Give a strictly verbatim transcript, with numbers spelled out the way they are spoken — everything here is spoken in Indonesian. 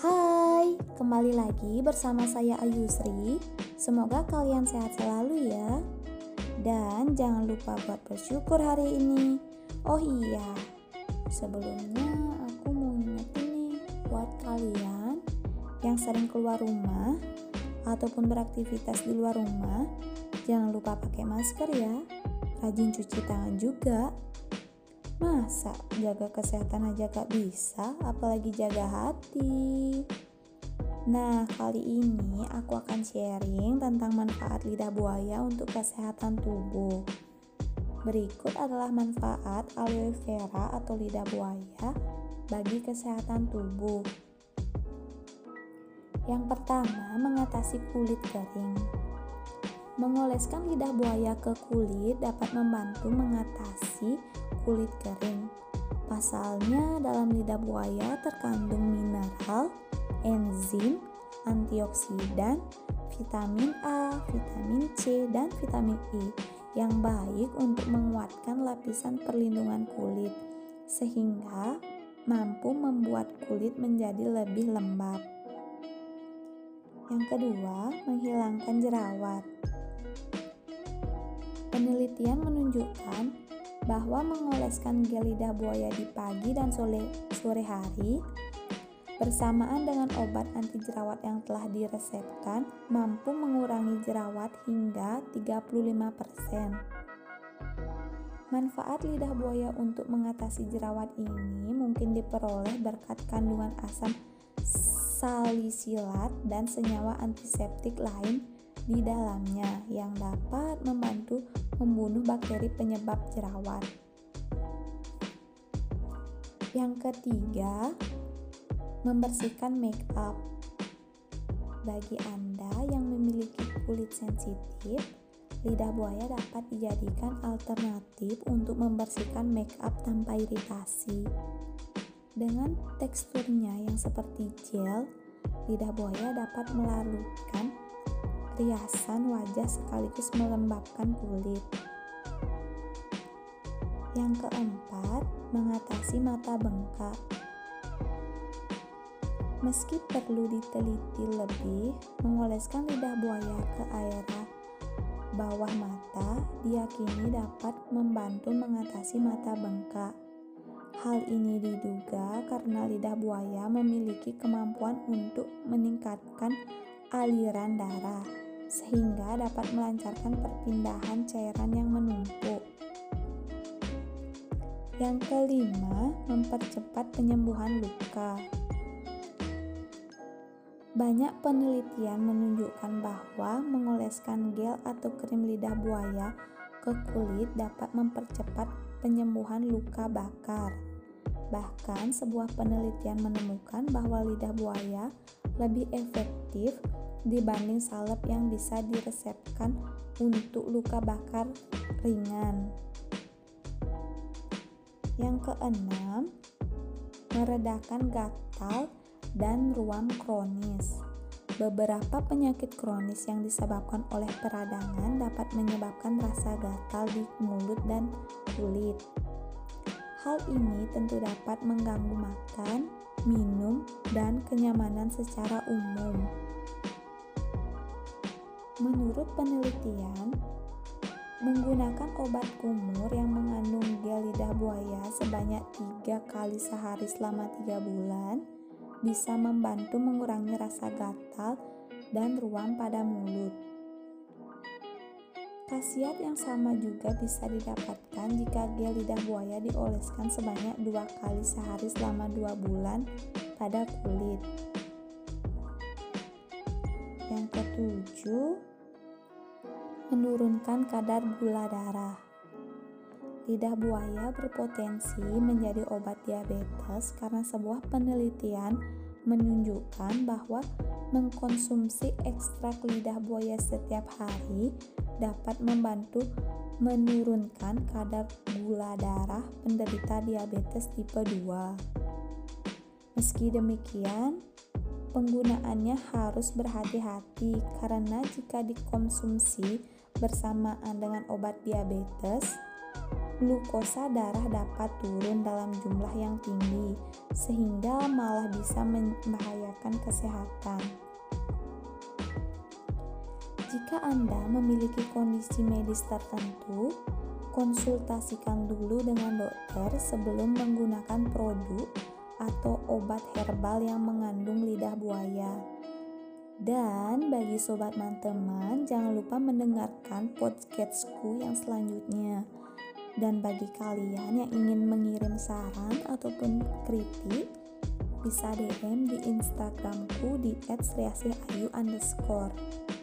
Hai, kembali lagi bersama saya Ayusri. Semoga kalian sehat selalu ya. Dan jangan lupa buat bersyukur hari ini. Oh iya, sebelumnya aku mau ngingetin nih buat kalian yang sering keluar rumah ataupun beraktivitas di luar rumah, jangan lupa pakai masker ya. Rajin cuci tangan juga. Masa jaga kesehatan aja gak bisa, apalagi jaga hati. Nah, kali ini aku akan sharing tentang manfaat lidah buaya untuk kesehatan tubuh. Berikut adalah manfaat aloe vera atau lidah buaya bagi kesehatan tubuh. Yang pertama, mengatasi kulit kering. Mengoleskan lidah buaya ke kulit dapat membantu mengatasi kulit kering. Pasalnya dalam lidah buaya terkandung mineral, enzim, antioksidan, vitamin A, vitamin C, dan vitamin E yang baik untuk menguatkan lapisan perlindungan kulit sehingga mampu membuat kulit menjadi lebih lembab. Yang kedua, menghilangkan jerawat. Penelitian menunjukkan bahwa mengoleskan gel lidah buaya di pagi dan sore, sore hari bersamaan dengan obat anti jerawat yang telah diresepkan mampu mengurangi jerawat hingga tiga puluh lima persen. Manfaat lidah buaya untuk mengatasi jerawat ini mungkin diperoleh berkat kandungan asam salisilat dan senyawa antiseptik lain di dalamnya yang dapat membantu membunuh bakteri penyebab jerawat. Yang ketiga, membersihkan make up. Bagi Anda yang memiliki kulit sensitif, lidah buaya dapat dijadikan alternatif untuk membersihkan make up tanpa iritasi. Dengan teksturnya yang seperti gel, lidah buaya dapat melarutkan riasan wajah sekaligus melembabkan kulit. Yang keempat, mengatasi mata bengkak. Meski perlu diteliti lebih, mengoleskan lidah buaya ke area bawah mata diyakini dapat membantu mengatasi mata bengkak. Hal ini diduga karena lidah buaya memiliki kemampuan untuk meningkatkan aliran darah, sehingga dapat melancarkan perpindahan cairan yang menumpuk. Yang kelima, mempercepat penyembuhan luka. Banyak penelitian menunjukkan bahwa mengoleskan gel atau krim lidah buaya ke kulit dapat mempercepat penyembuhan luka bakar. Bahkan sebuah penelitian menemukan bahwa lidah buaya lebih efektif dibanding salep yang bisa diresepkan untuk luka bakar ringan. Yang keenam, meredakan gatal dan ruam kronis. Beberapa penyakit kronis yang disebabkan oleh peradangan dapat menyebabkan rasa gatal di mulut dan kulit. Hal ini tentu dapat mengganggu makan, minum, dan kenyamanan secara umum. Menurut penelitian, menggunakan obat kumur yang mengandung gel lidah buaya sebanyak tiga kali sehari selama tiga bulan bisa membantu mengurangi rasa gatal dan ruam pada mulut. Khasiat yang sama juga bisa didapatkan jika gel lidah buaya dioleskan sebanyak dua kali sehari selama dua bulan pada kulit. Yang ketujuh, menurunkan kadar gula darah. Lidah buaya berpotensi menjadi obat diabetes karena sebuah penelitian menunjukkan bahwa mengkonsumsi ekstrak lidah buaya setiap hari dapat membantu menurunkan kadar gula darah penderita diabetes tipe dua. Meski demikian, penggunaannya harus berhati-hati karena jika dikonsumsi bersamaan dengan obat diabetes, glukosa darah dapat turun dalam jumlah yang tinggi, sehingga malah bisa membahayakan kesehatan. Jika Anda memiliki kondisi medis tertentu, konsultasikan dulu dengan dokter sebelum menggunakan produk atau obat herbal yang mengandung lidah buaya. Dan bagi sobat manteman, jangan lupa mendengarkan podcastku yang selanjutnya. Dan bagi kalian yang ingin mengirim saran ataupun kritik, bisa D M di Instagramku di et sriasih ayu underscore.